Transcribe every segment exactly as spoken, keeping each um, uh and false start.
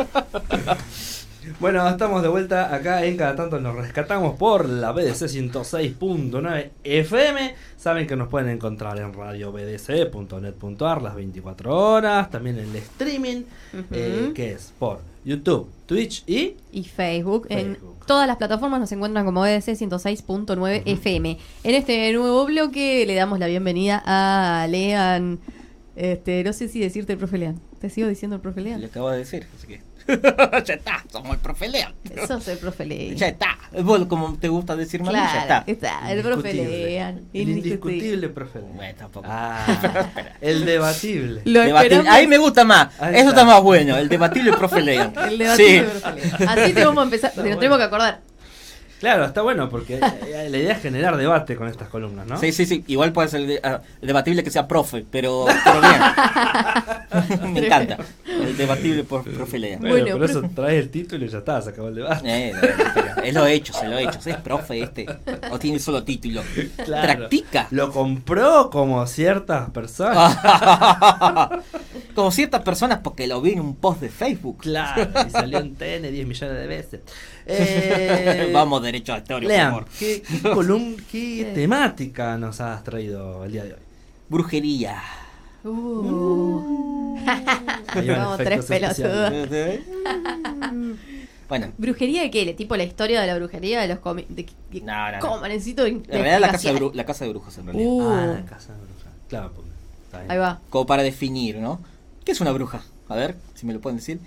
Bueno, estamos de vuelta acá en Cada Tanto Nos Rescatamos por la B D C ciento seis punto nueve F M. Saben que nos pueden encontrar en radio b d c punto net punto a r las veinticuatro horas. También en el streaming, uh-huh. eh, que es por YouTube, Twitch y... Y Facebook. Facebook. En todas las plataformas nos encuentran como B D C ciento seis punto nueve uh-huh. F M. En este nuevo bloque le damos la bienvenida a Lean. Este, no sé si decirte el profe Lean. ¿Te sigo diciendo el profe Lean? Le acabo de decir, así que... ya está, somos el profe Lean. Sos el profe Lean. Ya está. Bueno, como te gusta decir, claro, ya está. está. El profe Lean. El indiscutible profe Lean. Bueno, tampoco. Ah, el debatible. Lo debatible. Ahí me gusta más. Ahí Eso está. está más bueno. El debatible profe Lean. El debatible sí. profe Lean. Así te vamos a empezar. Nos tenemos que acordar. Claro, está bueno porque la idea es generar debate con estas columnas, ¿no? Sí, sí, sí. Igual puede ser uh, debatible que sea profe, pero, pero bien. Me encanta. El debatible por profe Lean. Bueno, bueno, por eso traes el título y ya está, se acabó el debate. Eh, es lo hecho, se lo he hecho. Es profe este. O tiene solo título. Claro, practica. Lo compró como ciertas personas. Como ciertas personas porque lo vi en un post de Facebook. Claro, y salió en T N diez millones de veces. Eh, Vamos derecho a historia, Lean, por favor. ¿qué, qué, colum qué temática nos has traído el día de hoy? Brujería. Uh. uh. Vamos, tres pelotudos. Bueno. ¿Brujería de qué? ¿Tipo la historia de la brujería de los cómics? No, no, ¿Cómo? no. Necesito. En realidad la casa, de bru- la casa de brujas, en realidad. Uh. Ah, la casa de brujas. Claro, porque está bien. Ahí va. Como para definir, ¿no? ¿Qué es una bruja? A ver, si me lo pueden decir.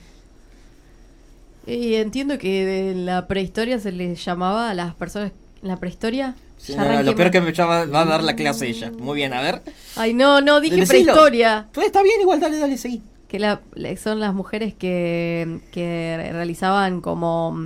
Y entiendo que en la prehistoria se les llamaba a las personas. ¿En la prehistoria? Sí, no, no, lo peor que me va, va a dar la clase ella. Muy bien, a ver. Ay, no, no, dije Decilo. Prehistoria. Pues está bien, igual, dale, dale, seguí. Que la, son las mujeres que, que realizaban como,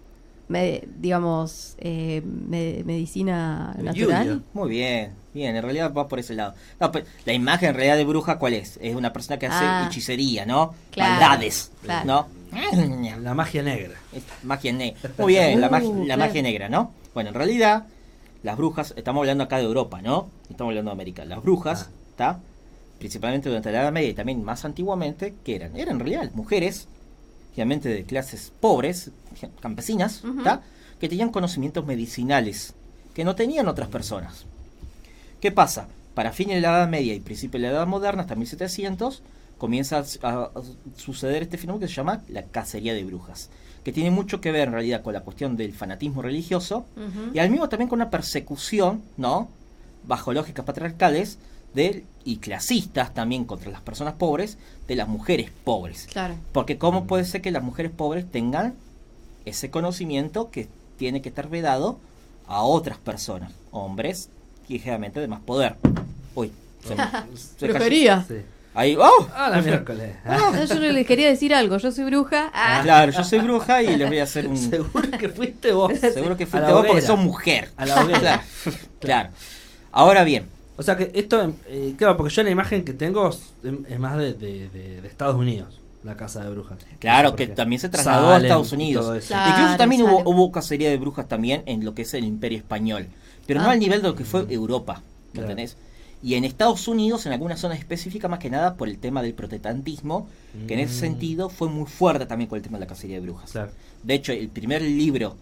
me, digamos, eh, me, medicina natural. Yuya. Muy bien, bien, en realidad va por ese lado. No, pues, la imagen en realidad de bruja, ¿cuál es? Es una persona que hace Ah. hechicería, ¿no? Claro, Maldades, claro. ¿no? La magia negra. Magia negra. Muy bien, la, Uh, magia, la claro. magia negra, ¿no? Bueno, en realidad, las brujas, estamos hablando acá de Europa, ¿no? Estamos hablando de América. Las brujas, ¿está? Ah. Principalmente durante la Edad Media y también más antiguamente, ¿qué eran? Eran en realidad mujeres, generalmente de clases pobres, campesinas, Uh-huh. ¿tá? Que tenían conocimientos medicinales que no tenían otras personas. ¿Qué pasa? Para fines de la Edad Media y principios de la Edad Moderna, hasta mil setecientos, comienza a, a, a suceder este fenómeno que se llama la cacería de brujas, que tiene mucho que ver en realidad con la cuestión del fanatismo religioso Uh-huh. y al mismo también con una persecución, ¿no? Bajo lógicas patriarcales de, y clasistas también contra las personas pobres, de las mujeres pobres. Claro. Porque ¿cómo puede ser que las mujeres pobres tengan ese conocimiento que tiene que estar vedado a otras personas, hombres, ligeramente de más poder? Uy, se me, se Brujería. Sí. Ahí, ¡oh! Ah, la miércoles. Ah, yo les quería decir algo. Yo soy bruja. Ah. Claro, yo soy bruja y les voy a hacer un... Seguro que fuiste vos. Seguro que A fuiste la vos porque hoguera. sos mujer. A la hoguera. Claro, claro. Ahora bien, O sea que esto, eh, claro, porque yo la imagen que tengo es, es más de, de, de, de Estados Unidos, la casa de brujas. claro No sé que por qué. también se trasladó Salem a Estados y Unidos. todo eso. Claro. Incluso también hubo, Salem. hubo cacería de brujas también en lo que es el Imperio Español, pero no Ah. al nivel de lo que fue Europa, ¿me Claro. entendés? Y en Estados Unidos, en algunas zonas específicas, más que nada por el tema del protestantismo, que en ese Mm. sentido fue muy fuerte también con el tema de la cacería de brujas. Claro. De hecho, el primer libro,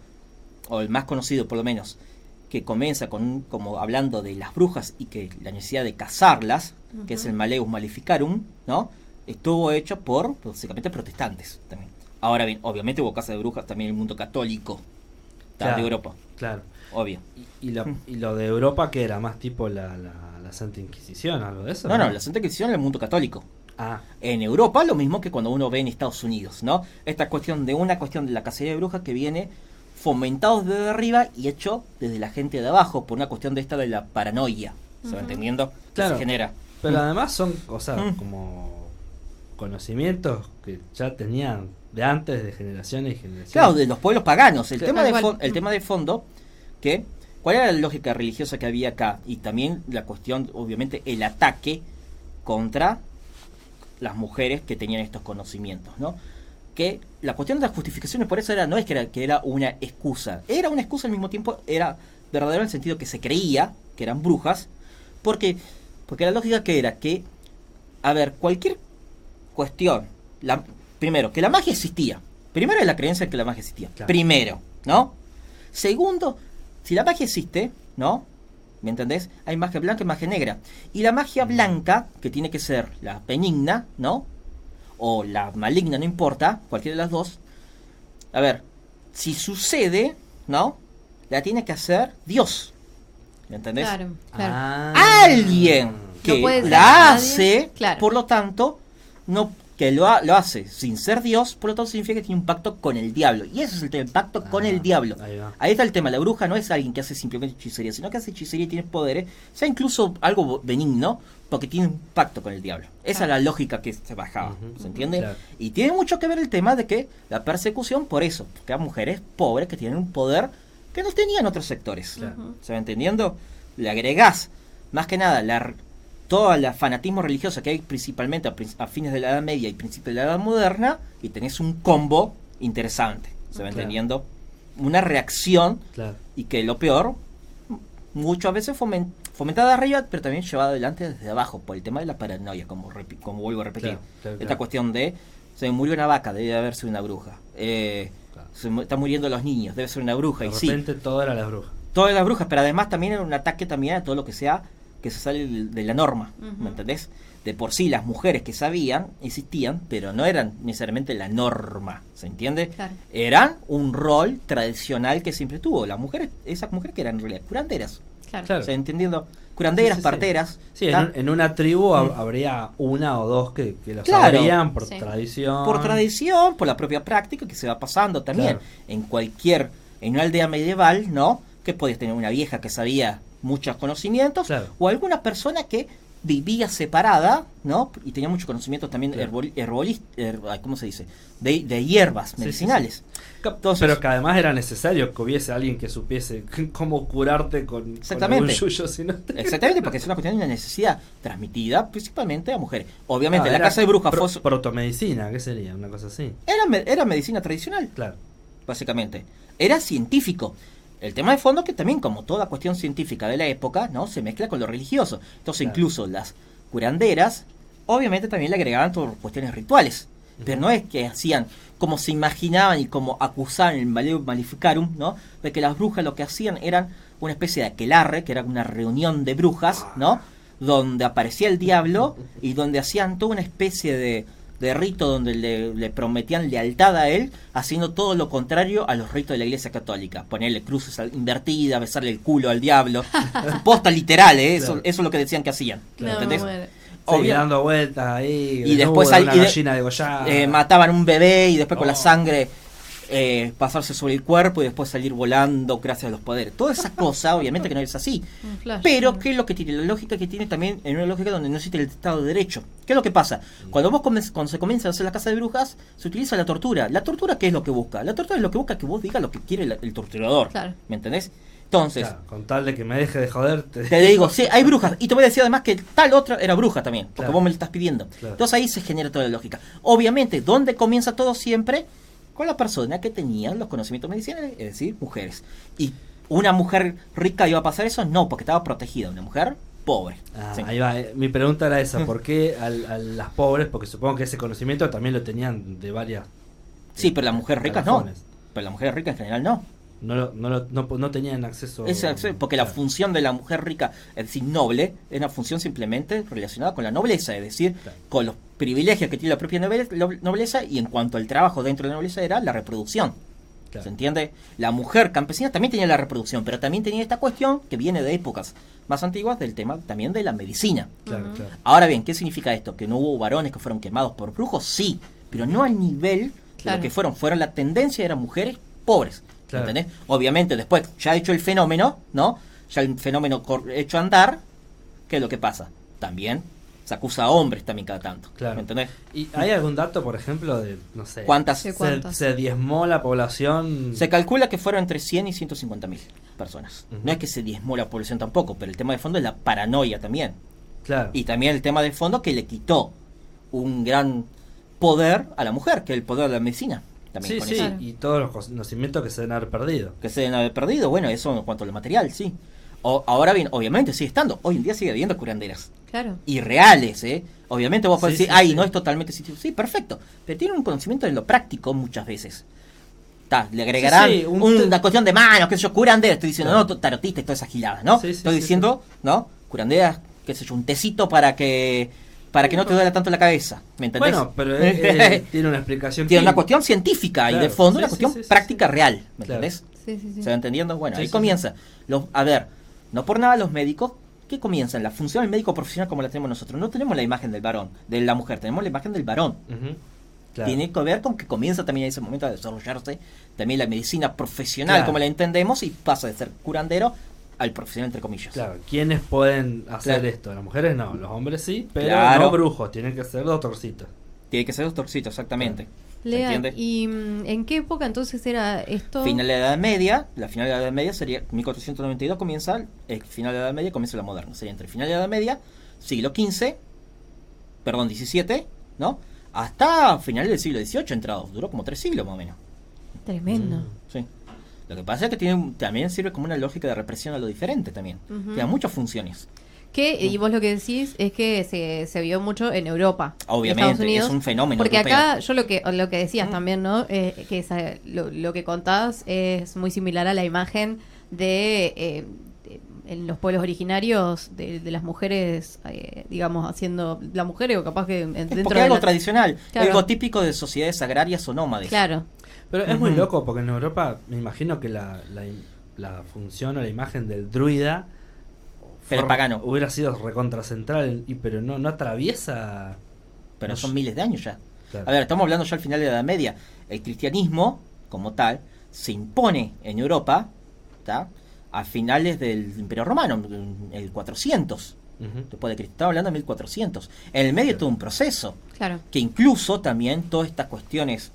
o el más conocido por lo menos, que comienza con un- como hablando de las brujas y que la necesidad de cazarlas, Uh-huh. que es el Maleus Maleficarum, ¿no? Estuvo hecho por básicamente protestantes también. Ahora bien, obviamente hubo casas de brujas también en el mundo católico, ¿tá? Claro. De Europa, Claro. obvio. Y, y, lo, y lo de Europa, que era más tipo la, la, la Santa Inquisición, algo de eso. No, no, la Santa Inquisición en el mundo católico. Ah, En Europa lo mismo que cuando uno ve en Estados Unidos, ¿no? Esta cuestión de una cuestión de la cacería de brujas que viene fomentado desde arriba y hecho desde la gente de abajo por una cuestión de esta de la paranoia, ¿se va Ujú. entendiendo? Que Claro. se genera. pero Mm. además son, o sea, Mm. como conocimientos que ya tenían de antes, de generaciones y generaciones. Claro, de los pueblos paganos. El, Sí, tema, de tal fo- cual. el tema de fondo, que ¿cuál era la lógica religiosa que había acá? Y también la cuestión, obviamente, el ataque contra las mujeres que tenían estos conocimientos, ¿no? Que la cuestión de las justificaciones por eso era, no es que era, que era una excusa, era una excusa al mismo tiempo, era verdadero en el sentido que se creía que eran brujas, porque, porque la lógica que era que, a ver, cualquier cuestión, la, primero, que la magia existía. Primero es la creencia de que la magia existía. Claro. Primero, ¿no? Segundo, si la magia existe, ¿no? ¿Me entendés? Hay magia blanca y magia negra. Y la magia blanca, que tiene que ser la benigna, ¿no? O la maligna, no importa, cualquiera de las dos. A ver, si sucede, ¿no? La tiene que hacer Dios. ¿Me entendés? Claro, claro. Ah. Alguien que No puede ser la nadie. hace, Claro. por lo tanto, no que lo, ha- lo hace sin ser Dios, por lo tanto significa que tiene un pacto con el diablo. Y ese es el tema, el pacto con Ah, el diablo. ahí va. Ahí está el tema, la bruja no es alguien que hace simplemente hechicería, sino que hace hechicería y tiene poderes, sea incluso algo benigno, porque tiene un pacto con el diablo. Esa Claro. es la lógica que se bajaba, Ujú. ¿se entiende? Claro. Y tiene mucho que ver el tema de que la persecución por eso, porque hay mujeres pobres que tienen un poder que no tenían otros sectores. Claro. Ujú. ¿Se va entendiendo? Le agregás, más que nada, la, todo el fanatismo religioso que hay principalmente a, prin- a fines de la Edad Media y principios de la Edad Moderna, y tenés un combo interesante. ¿Se va Claro. entendiendo? Una reacción, Claro. y que lo peor, m- muchas veces fomen- fomentada de arriba, pero también llevada adelante desde abajo, por el tema de la paranoia, como, repi- como vuelvo a repetir. Claro, claro, Esta claro. cuestión de, se me murió una vaca, debe haber sido una bruja. Eh, Claro. se mu- están muriendo los niños, debe ser una bruja. De y sí, repente todo era las brujas. todas las brujas, pero además también era un ataque también a todo lo que sea que se sale de de la norma, Ujú. ¿me entendés? De por sí las mujeres que sabían existían, pero no eran necesariamente la norma, ¿se entiende? Claro. Eran un rol tradicional que siempre tuvo. Las mujeres, esas mujeres que eran en realidad curanderas, Claro. Claro. ¿se entendiendo? Curanderas, Sí, sí, sí. parteras. Sí, en, ¿tá? un- en una tribu hab- Mm. habría una o dos que, que lo Claro. sabrían por Sí. tradición. Por tradición, por la propia práctica que se va pasando también. Claro. En cualquier, en una aldea medieval, ¿no? Que podías tener una vieja que sabía muchos conocimientos, Claro. o alguna persona que vivía separada, ¿no? Y tenía mucho conocimiento también Claro. herbol, herbolist- her- ay, ¿cómo se dice? De, de hierbas Sí, sí, medicinales. Ca- Entonces- pero que además era necesario que hubiese alguien que supiese cómo curarte con, Exactamente. con algún yuyo, si no te- Exactamente, porque es una cuestión de una necesidad transmitida principalmente a mujeres. Obviamente, Ah, la era casa de brujas pro- fue- protomedicina, ¿qué sería? Una cosa así. era, me- era medicina tradicional. Claro. Básicamente. Era científico. El tema de fondo que también, como toda cuestión científica de la época, ¿no? Se mezcla con lo religioso. Entonces, Claro. incluso las curanderas, obviamente también le agregaban todas cuestiones rituales. Pero no es que hacían como se imaginaban y como acusaban el Maleum Maleficarum, ¿no? De que las brujas lo que hacían eran una especie de aquelarre, que era una reunión de brujas, ¿no? Donde aparecía el diablo y donde hacían toda una especie de, de rito donde le, le prometían lealtad a él, haciendo todo lo contrario a los ritos de la Iglesia Católica. Ponerle cruces al- invertidas, besarle el culo al diablo. Posta literal, ¿eh? Eso, Claro. eso es lo que decían que hacían. No, ¿Entendés? bueno. Seguía Obvio. dando vueltas ahí. Y después desnudo, al- una y de- gallina degollada. Eh, mataban un bebé y después con la Oh. sangre eh, pasarse sobre el cuerpo y después salir volando gracias a los poderes. Toda esa cosa, obviamente que no es así. Un flash. Pero, ¿qué es lo que tiene? La lógica que tiene también en una lógica donde no existe el Estado de Derecho. ¿Qué es lo que pasa? Cuando vos comen- cuando se comienza a hacer la casa de brujas, se utiliza la tortura. ¿La tortura qué es lo que busca? La tortura es lo que busca que vos digas lo que quiere el, el torturador. Claro. ¿Me entendés? Entonces, Claro, con tal de que me deje de joder. te- te digo, sí, hay brujas. Y te voy a decir además que tal otra era bruja también, porque Claro. vos me lo estás pidiendo. Claro. Entonces ahí se genera toda la lógica. Obviamente, ¿dónde comienza todo siempre? Con la persona que tenía los conocimientos medicinales, es decir, mujeres. ¿Y una mujer rica iba a pasar eso? No, porque estaba protegida. Una mujer pobre. Ah, Sí. ahí va. eh, Mi pregunta era esa. ¿Por qué al- a, las pobres? Porque supongo que ese conocimiento también lo tenían de varias. Sí, pero las mujeres ricas no. escalafones. Pero las mujeres ricas en general no. No, lo- no, lo- no, no tenían acceso. Es acceso- porque la Claro. función de la mujer rica, es decir, noble, es una función simplemente relacionada con la nobleza, es decir, Claro. con los privilegios que tiene la propia noble- lo- nobleza, y en cuanto al trabajo dentro de la nobleza era la reproducción. Claro. ¿Se entiende? La mujer campesina también tenía la reproducción, pero también tenía esta cuestión que viene de épocas más antiguas del tema también de la medicina. Claro, Ujú. claro. Ahora bien, ¿qué significa esto? ¿Que no hubo varones que fueron quemados por brujos? Sí, pero no al nivel de Claro. lo que fueron. Fueron la tendencia, eran mujeres pobres. Claro. ¿Entendés? Obviamente, después, ya hecho el fenómeno, ¿no? Ya el fenómeno cor- hecho andar, ¿qué es lo que pasa? También se acusa a hombres también cada tanto. Claro. ¿Me entendés? ¿Y hay algún dato, por ejemplo, de, no sé, ¿Cuántas? Sí. se, ¿Cuántas? se diezmó la población? Se calcula que fueron entre cien y ciento cincuenta mil personas. Ujú. No es que se diezmó la población tampoco, pero el tema de fondo es la paranoia también. Claro. Y también el tema de fondo que le quitó un gran poder a la mujer, que es el poder de la medicina. También Sí, con sí, eso. Claro. y todos los conocimientos que se deben haber perdido. Que se deben haber perdido, bueno, eso en cuanto a lo material, sí. O, ahora bien, obviamente sigue estando, hoy en día sigue habiendo curanderas. Claro. Y reales, ¿eh? Obviamente vos podés Sí, decir, sí, ay, sí. no es totalmente científico. Sí, perfecto. Pero tiene un conocimiento de lo práctico muchas veces. Ta, le agregarán Sí, sí, un un- te- una cuestión de manos, qué sé yo, curandera. Estoy diciendo, Claro. no, tarotista y todas esas giladas, ¿no? Sí, sí, Estoy sí, diciendo, ¿no? Curandera, qué sé yo, un tecito para que para que no te duela tanto la cabeza. ¿Me entendés? Bueno, pero eh, eh, tiene una explicación. Tiene una química. cuestión científica y Claro, de fondo, sí, una sí, cuestión sí, sí, práctica sí. real. ¿Me Claro. entendés? Sí, sí, sí. ¿Se va entendiendo? Bueno, Sí, ahí sí, comienza. Los, a ver, no por nada los médicos, ¿qué comienzan? La función del médico profesional como la tenemos nosotros. No tenemos la imagen del varón, de la mujer, tenemos la imagen del varón. Ujú. Claro. Tiene que ver con que comienza también en ese momento a desarrollarse también la medicina profesional Claro. como la entendemos y pasa de ser curandero al profesional entre comillas. Claro, ¿quiénes pueden hacer Claro. esto? Las mujeres no, los hombres sí, pero Claro. no brujos, tienen que ser doctorcitos. Tiene que ser doctorcito, exactamente. ¿Se Lea, entiende? ¿y mm, en qué época entonces era esto? Final de la Edad Media, la final de la Edad Media sería mil cuatrocientos noventa y dos comienza, el final de la Edad Media comienza la moderna, sería entre final de la Edad Media, siglo quince, perdón, diecisiete, ¿no? Hasta finales del siglo dieciocho entrado, duró como tres siglos más o menos. Tremendo. Mm. Sí. Lo que pasa es que tiene un- también sirve como una lógica de represión a lo diferente también. Ujú. Tiene muchas funciones. Que, y vos lo que decís es que se, se vio mucho en Europa. en Obviamente, Estados Unidos, es un fenómeno Porque europeo. acá, yo lo que lo que decías Mm. también, ¿no? Eh, que esa- lo, lo que contás es muy similar a la imagen de, eh, de- en los pueblos originarios de, de las mujeres, eh, digamos, haciendo la mujer o capaz que en- Es dentro porque de es algo la- tradicional, Claro. algo típico de sociedades agrarias o nómades. Claro, Pero es muy Ujú. loco porque en Europa me imagino que la, la, la función o la imagen del druida Pero for- pagano. hubiera sido recontracentral, y pero no, no atraviesa. Pero no son sé. miles de años ya. Claro. A ver, estamos hablando ya al final de la Edad Media. El cristianismo, como tal, se impone en Europa, ¿tá? A finales del Imperio Romano, en el cuatrocientos. Ujú. Después de Cristo, estamos hablando de mil cuatrocientos. En el medio tuvo un proceso, claro. que incluso también todas estas cuestiones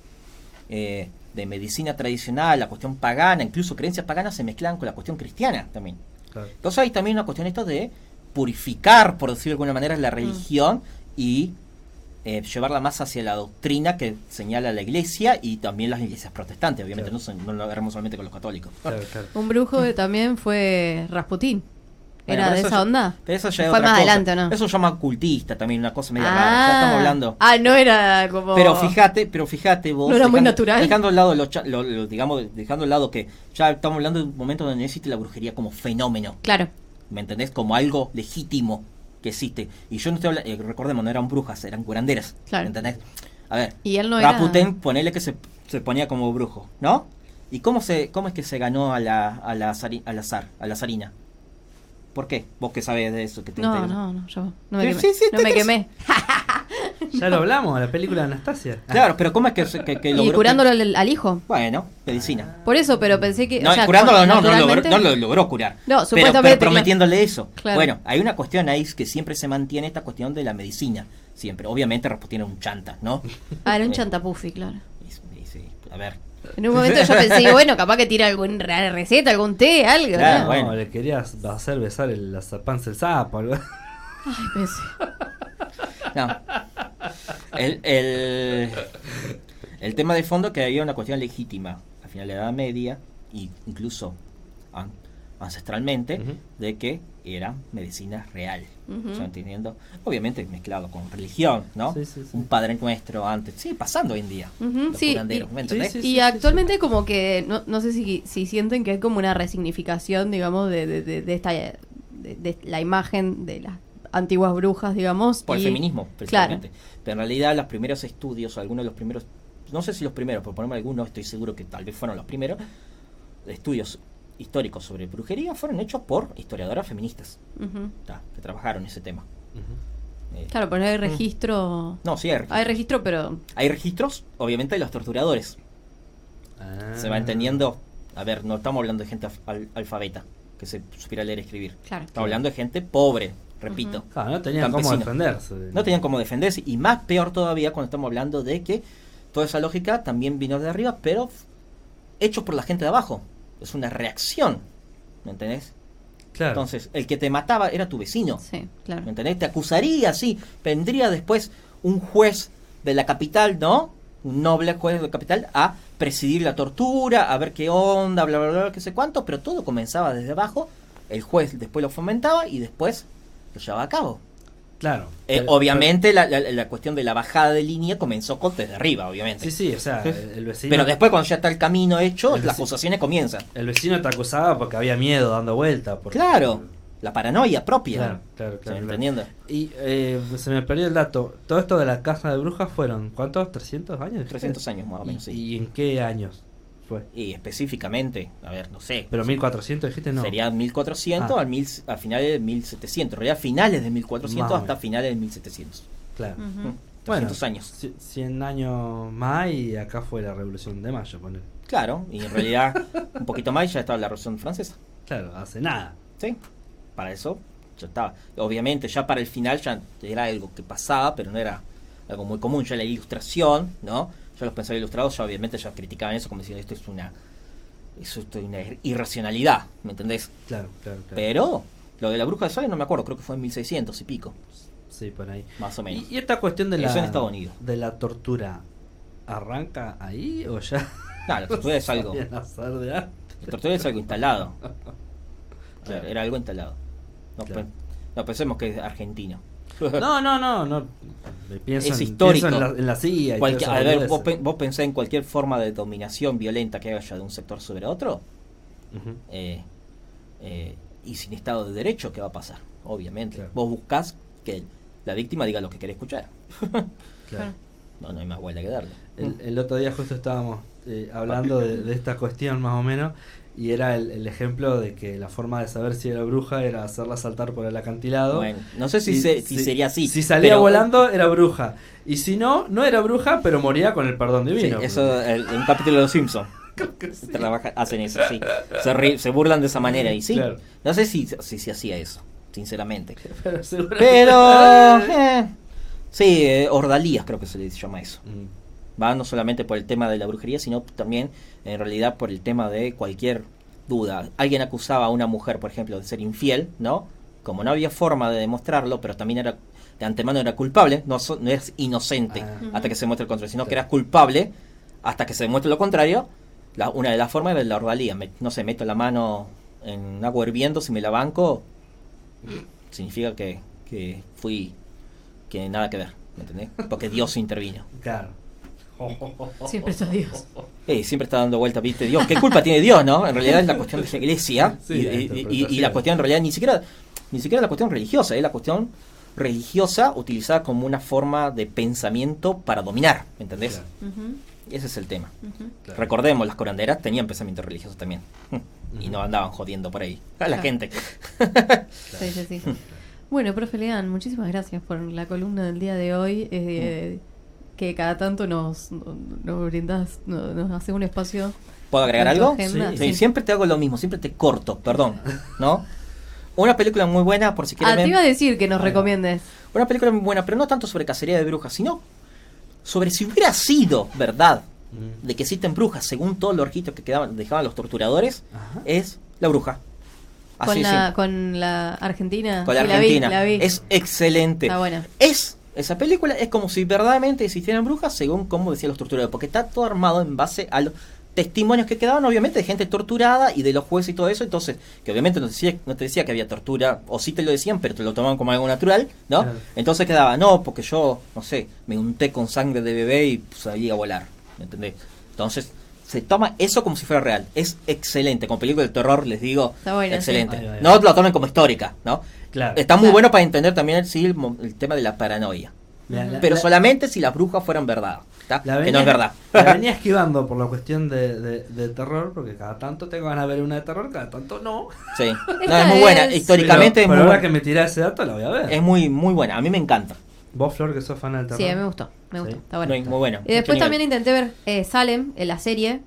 eh, de medicina tradicional, la cuestión pagana, incluso creencias paganas se mezclan con la cuestión cristiana también. Claro. Entonces hay también una cuestión esto de purificar, por decirlo de alguna manera, la religión y eh, llevarla más hacia la doctrina que señala la iglesia y también las iglesias protestantes. Obviamente Claro. no, son- no lo agarramos solamente con los católicos. Claro, claro. Un brujo que también fue Rasputín. Bueno, ¿Era pero de eso esa ya- onda? Pero eso ya es Fue otra más cosa. adelante, ¿o no? Eso se llama cultista también, una cosa media rara. Ya estamos hablando. Ah, no era como... Pero fíjate, pero fíjate vos. No era muy dejando- natural. Dejando al lado, lo, cha- lo- lo- digamos, dejando al lado que ya estamos hablando de un momento donde no existe la brujería como fenómeno. Claro. ¿Me entendés? Como algo legítimo que existe. Y yo no estoy hablando, eh, recordemos, no eran brujas, eran curanderas. Claro. ¿Me entendés? A ver, Y él no era... Rasputín, ponele que se, se ponía como brujo, ¿no? ¿Y cómo se cómo es que se ganó a la a la, zari- a la zar, a la zarina? ¿Por qué? Vos que sabés de eso que te No, interesa. no, no, yo no me Sí, quemé. sí, sí, no te me interesa. quemé. Ya lo hablamos, la película de Anastasia. Claro, pero ¿cómo es que, se- que, que Y logró? curándolo al, al hijo. Bueno, medicina. Por eso, pero pensé que... No, o sea, curándolo no, no, lo logró, naturalmente- no lo logró curar. No, Pero- supuestamente, Pero, prometiéndole eso. Claro. Bueno, hay una cuestión ahí que siempre se mantiene, esta cuestión de la medicina. Siempre. Obviamente Rasputín era un chanta, ¿no? Ah, era un Eh. chantapufi, claro. Y- y- sí, a ver. En un momento yo pensé, bueno, capaz que tira alguna receta, algún té, algo, Claro, ¿no? No, bueno. le querías hacer besar el, la panza del sapo, algo. Ay, pensé. No. El, el, el tema de fondo que había una cuestión legítima al final de la Edad Media, y incluso an- ancestralmente, Ujú. de que era medicina real. Ujú. ¿Se va entendiendo? Obviamente mezclado con religión, ¿no? Sí, sí, sí. Un Padre Nuestro antes. Sí, pasando hoy en día. Ujú, Los sí, curanderos, y- ¿me entendés? sí, Y actualmente como que, no, no sé si, si sienten que hay como una resignificación, digamos, de, de, de, de esta de, de la imagen de las antiguas brujas, digamos. Por el y- feminismo, principalmente. Pero en realidad los primeros estudios, algunos de los primeros, no sé si los primeros, por ponerme algunos, estoy seguro que tal vez fueron los primeros, estudios históricos sobre brujería fueron hechos por historiadoras feministas, Ujú. ta, que trabajaron ese tema. Ujú. Eh, Claro, pero no hay registro... no, sí hay registros. Hay registro, pero... Hay registros, obviamente, de los torturadores. Ah. Se va entendiendo. A ver, no estamos hablando de gente al- alfabeta, que se supiera leer y escribir. Claro. Estamos hablando de gente pobre, repito. Ujú. Claro, no tenían cómo Campesino. defenderse. No tenían cómo defenderse, y más peor todavía cuando estamos hablando de que toda esa lógica también vino de arriba, pero f- hecho por la gente de abajo. Es una reacción, ¿me entendés? Claro. Entonces, el que te mataba era tu vecino, Sí, claro. ¿me entendés? Te acusaría, sí, vendría después un juez de la capital, ¿no? Un noble juez de la capital a presidir la tortura, a ver qué onda, bla, bla, bla, qué sé cuánto, pero todo comenzaba desde abajo, el juez después lo fomentaba y después lo llevaba a cabo. Claro. Eh, Pero- obviamente la, la, la cuestión de la bajada de línea comenzó con desde arriba, obviamente. Sí, sí, o sea, el vecino... Pero después cuando ya está el camino hecho, El las vecino- acusaciones comienzan. El vecino te acusaba porque había miedo dando vuelta. Porque... Claro, la paranoia propia. Claro, claro, ¿Se claro. me entendiendo? Y eh, se me perdió el dato. Todo esto de la casa de brujas fueron, ¿cuántos? ¿trescientos años? trescientos años más o menos, ¿Y, sí. ¿Y en qué años fue? Y específicamente, a ver, no sé. ¿Pero mil cuatrocientos dijiste? No. Sería mil cuatrocientos Ah. al mil, a finales de mil setecientos. En realidad, finales de mil cuatrocientos Más o hasta menos. finales de mil setecientos. Claro. Ujú. Mm, Bueno, trescientos años. ci- cien años más y acá fue la Revolución de Mayo, poner. Claro, y en realidad, un poquito más y ya estaba la Revolución Francesa. Claro, hace nada. ¿Sí? Para eso ya estaba. Obviamente, ya para el final ya era algo que pasaba, pero no era algo muy común. Ya la ilustración, ¿no? Ya los pensadores ilustrados ya obviamente ya criticaban eso como diciendo esto es una, eso es una irracionalidad, ¿me entendés? Claro, claro, claro. Pero lo de la bruja de Salem no me acuerdo, creo que fue en mil seiscientos y pico, Sí, por ahí. más o menos. ¿Y, y esta cuestión de la, Eso en Estados Unidos. de la tortura, ¿arranca ahí o ya? Claro, la tortura es algo, sabían hacer de antes? la tortura es algo instalado. Claro, era algo instalado. No, Claro. pe- no pensemos que es argentino. No, no, no, no. Me Pienso, Es en, histórico. pienso en, la, en la C I A y Cualquier- todas a esas ver, boludeces. vos, pe- vos pensás en cualquier forma de dominación violenta que haya de un sector sobre otro, Ujú. eh, eh, y sin Estado de Derecho, ¿qué va a pasar? Obviamente. Claro. Vos buscás que la víctima diga lo que quiere escuchar. Claro. No, no hay más vuelta que darle. El, el otro día justo estábamos eh, hablando de, de esta cuestión más o menos y era el, el ejemplo de que la forma de saber si era bruja era hacerla saltar por el acantilado. Bueno, no sé si, Y se- si sería así. Si salía pero- volando era bruja y si no, no era bruja pero moría con el perdón Sí, divino. eso el- en un capítulo de Los Simpsons. Trabaja- hacen eso, sí. Se, ri- se burlan de esa manera y sí. Claro. No sé si, si se hacía eso, sinceramente. Pero, seguro- Pero... eh, sí, eh, ordalías creo que se les llama eso. Mm, Va no solamente por el tema de la brujería, sino también en realidad por el tema de cualquier duda. Alguien acusaba a una mujer, por ejemplo, de ser infiel, ¿no? Como no había forma de demostrarlo, pero también era de antemano era culpable, no, so- no es inocente Ah. hasta que se muestre el contrario, sino que Claro. era culpable hasta que se demuestre lo contrario. La, una de las formas es la ordalía. Me- no sé, meto la mano en agua hirviendo, si me la banco, significa que, que fui, que nada que ver, ¿me entendés? Porque Dios intervino. Claro. Siempre está Dios. Eh, siempre está dando vuelta, viste, Dios. ¿Qué culpa tiene Dios, no? En realidad es la cuestión de la iglesia. Sí, y, la y- y- y interpretación. la cuestión en realidad ni siquiera ni siquiera la cuestión religiosa, es la cuestión religiosa utilizada como una forma de pensamiento para dominar, ¿me entendés? Claro, Ujú, Ese es el tema. ujú. claro. Recordemos, las curanderas tenían pensamiento religioso también. Y Ujú. no andaban jodiendo por ahí a la Claro. gente. Sí, sí, sí. Bueno, profe Lean, muchísimas gracias por la columna del día de hoy. eh, que cada tanto nos, nos, nos brindás, nos, nos hace un espacio. ¿Puedo agregar en tu algo? agenda. Sí. Sí, siempre te hago lo mismo, siempre te corto, perdón, ¿no? Una película muy buena, por si quieren Ah, te ver. iba a decir que nos Ahí va. recomiendes. Una película muy buena, pero no tanto sobre cacería de brujas, sino sobre si hubiera sido verdad Mm. de que existen brujas, según todos los registros que quedaban, dejaban los torturadores, Ajá. es La Bruja. Así Con de la, simple. con la Argentina. Con la Sí, Argentina. vi, la vi. Es excelente. Está buena. Es, esa película es como si verdaderamente existieran brujas, según como decían los torturadores, porque está todo armado en base a los testimonios que quedaban, obviamente, de gente torturada y de los jueces y todo eso. Entonces, que obviamente no te decía, no te decía que había tortura, o sí te lo decían, pero te lo tomaban como algo natural, ¿no? Claro. Entonces quedaba, no, porque yo, no sé, me unté con sangre de bebé y salí a volar, ¿me entendés? Entonces, se toma eso como si fuera real. Es excelente. Como película de terror, les digo, Está buena, excelente. sí. Ahí va, ahí va. No lo tomen como histórica, ¿no? Claro. Está muy Claro. bueno para entender también sí, el, mo- el tema de la paranoia. Mira, la- Pero la- solamente si las brujas fueran verdad. ¿tá? La Que venía, no es verdad. la venía esquivando por la cuestión de, de, de terror, porque cada tanto tengo ganas de ver una de terror, cada tanto no. Sí. No, Esta es muy buena. es- Históricamente pero, es, pero muy ahora que buena. me tirás ese dato, la voy a ver. es muy, muy buena. A mí me encanta. Vos, Flor, que sos fan del terror. Sí, a mí me gustó. Me gustó. Sí. Está buena. Muy, muy buena. Y después Mucho también nivel. intenté ver eh, Salem, en la serie.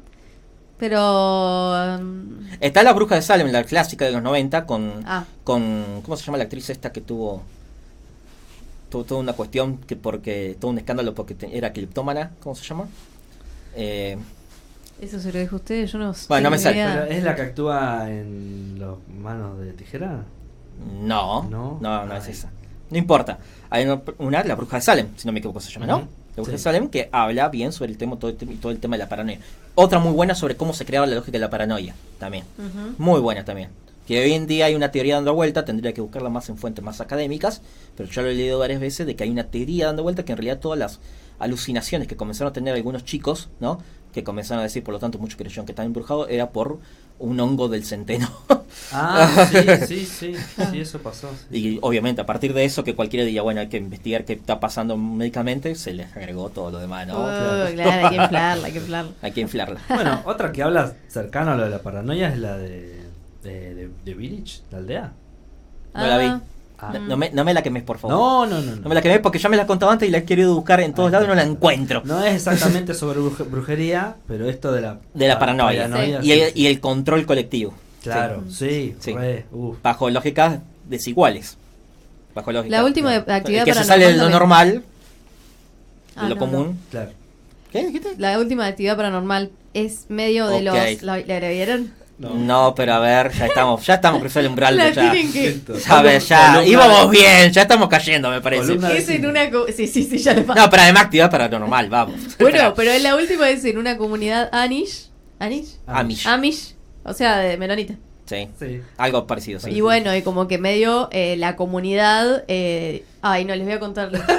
Pero. um, Está La Bruja de Salem, la clásica de los noventa, con, Ah. con ¿cómo se llama la actriz esta que tuvo tuvo toda una cuestión que porque todo un escándalo porque te- era cleptómana, ¿cómo se llama? Eh, Eso se lo dijo a usted, yo no sé. Bueno, no me sale. Pero, ¿es la que actúa en Los Manos de Tijera? no, No. no, no, es Ay. esa. No importa. Hay una, una, La Bruja de Salem, si no me equivoco se llama, ¿no? Ujú. La Bruja de Sí. Salem, que habla bien sobre el tema, todo el, tema- todo el tema de la paranoia. Otra muy buena sobre cómo se creaba la lógica de la paranoia, también. Ujú. Muy buena también. Que hoy en día hay una teoría dando vuelta, tendría que buscarla más en fuentes más académicas, pero yo lo he leído varias veces de que hay una teoría dando vuelta que en realidad todas las alucinaciones que comenzaron a tener algunos chicos, ¿no? Que comenzaron a decir, por lo tanto, muchos creyeron que estaban embrujados, era por un hongo del centeno. Ah, sí, sí, sí, sí, eso pasó. Sí. Y obviamente a partir de eso que cualquiera diga, bueno, hay que investigar qué está pasando médicamente, se les agregó todo lo demás, ¿no? Oh, Claro. claro, hay que inflarla, hay que inflarla. Hay que inflarla. Bueno, otra que habla cercano a lo de la paranoia es la de, de, de, de Village, la aldea. No la vi. Ah, Ah. No, no me, no me la quemes, por favor. No, no, no. No No, me la quemé porque ya me la he contado antes y la he querido buscar en todos Ah, lados y no la encuentro. no es exactamente sobre bruje- brujería, pero esto de la, De la paranoia. paranoia, Y, sí, el, sí. y el control colectivo. Claro, sí, Sí. re, uf. Bajo lógicas desiguales. Bajo lógica. La última de- El actividad que se paranormal sale de lo también. normal, de Ah, lo no, común. Claro. ¿Qué dijiste? La última actividad paranormal es medio de Ok. los... ¿La, la vieron? No. pero a ver, ya estamos, ya estamos cruzando el umbral La de ya. tienen que... Listo. ¿Sabes? Ya, Columna- íbamos bien, ya estamos cayendo, me parece. Columna- Es en una... co- Sí, sí, sí, ya le pasa. No, pero además actividad paranormal, vamos. Bueno, pero en la última es en una comunidad Amish. ¿Amish? Amish. Amish. O sea, de menonita. Sí, Sí. algo parecido, sí. Y bueno, y como que medio eh, la comunidad... eh, Ay, no, les voy a contar. No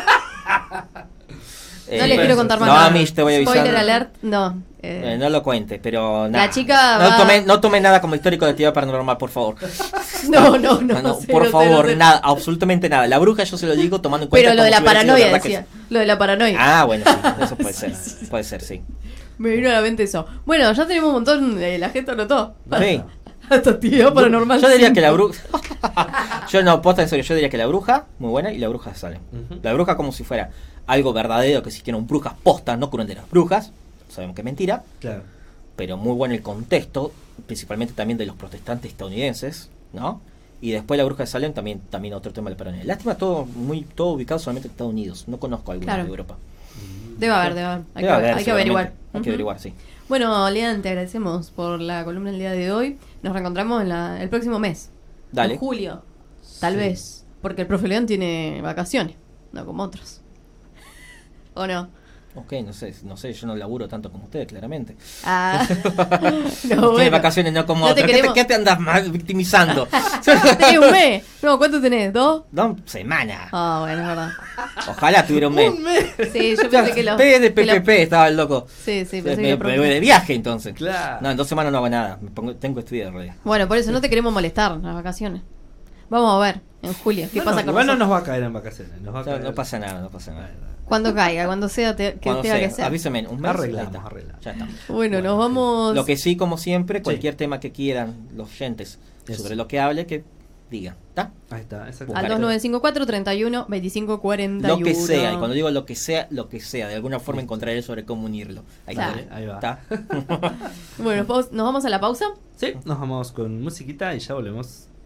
Eh, les quiero contar más No, nada. Amish, te voy a avisar. Spoiler alert, no. eh, Eh, no lo cuente, pero nada. chica no va- tome, no tome nada como histórico de actividad paranormal, por favor. no, no, no. Ah, no, cero, por cero, favor, cero. nada, absolutamente nada. La bruja yo se lo digo tomando en cuenta. Pero lo de como la si hubiera sido paranoia, verdad que decía. es- Lo de la paranoia. Ah, bueno, sí, eso puede ser. Puede ser, sí. Me vino a la mente eso. Bueno, ya tenemos un montón, eh, la gente anotó. Sí. Hasta actividad paranormal. Yo diría que la cinco. bruja. Yo no, posta en serio, yo diría que la bruja, muy buena, y la bruja sale. Ujú. La bruja como si fuera algo verdadero, que existieran brujas postas, no curanderas brujas. Sabemos que es mentira, Claro. pero muy bueno el contexto, principalmente también de los protestantes estadounidenses, ¿no? Y después la bruja de Salem también, también otro tema de la paranoia. Lástima, todo muy todo ubicado solamente en Estados Unidos. No conozco alguna Claro. de Europa. Debe haber, debe haber. Hay, Debe que, haber, hay que seguramente. averiguar. Hay Ujú. que averiguar, sí. Bueno, Lean, te agradecemos por la columna del día de hoy. Nos reencontramos en la- el próximo mes. Dale. En julio. Tal Sí. vez. Porque el profe León tiene vacaciones. No como otros. ¿O no? Ok, no sé, no sé, yo no laburo tanto como ustedes, claramente. Ah. no, Tiene bueno. vacaciones, no como No te otros. ¿Qué, te, queremos- qué te andas más victimizando? ¿Tenés un mes? No, ¿cuánto tenés? ¿Dos? No, semana. Ah, bueno, es verdad. Ojalá tuviera un mes. Un mes. Sí, yo pensé que los... P de que los- P P P estaba el loco. Sí, sí, me, pensé que me- los me profes- voy de viaje entonces. Claro. No, en dos semanas no hago nada. Me pongo, tengo que estudiar en realidad. Bueno, por eso no te queremos molestar en las vacaciones. Vamos a ver en julio qué No, pasa no, con igual no nosotros. nos va a caer en vacaciones. Nos va a O sea, caer- no pasa nada, no pasa nada. Cuando caiga, cuando sea te- que Cuando tenga sea, que ser. avísame, un mes. Arreglamos, ahí está. arreglamos. Ya está. Bueno, nos Bueno, vamos... Lo que sí, como siempre, Sí. cualquier tema que quieran los oyentes Eso. sobre lo que hable, que digan. ¿Está? Ahí está, exacto. Al Buscar. dos nueve cinco cuatro, treinta y uno, veinticinco cuarenta y uno. Lo que sea, y cuando digo lo que sea, lo que sea, de alguna forma encontraré sobre cómo unirlo. Ahí Claro. está. Ahí va. ¿Está? Bueno, paus- ¿nos vamos a la pausa? Sí, nos vamos con musiquita y ya volvemos.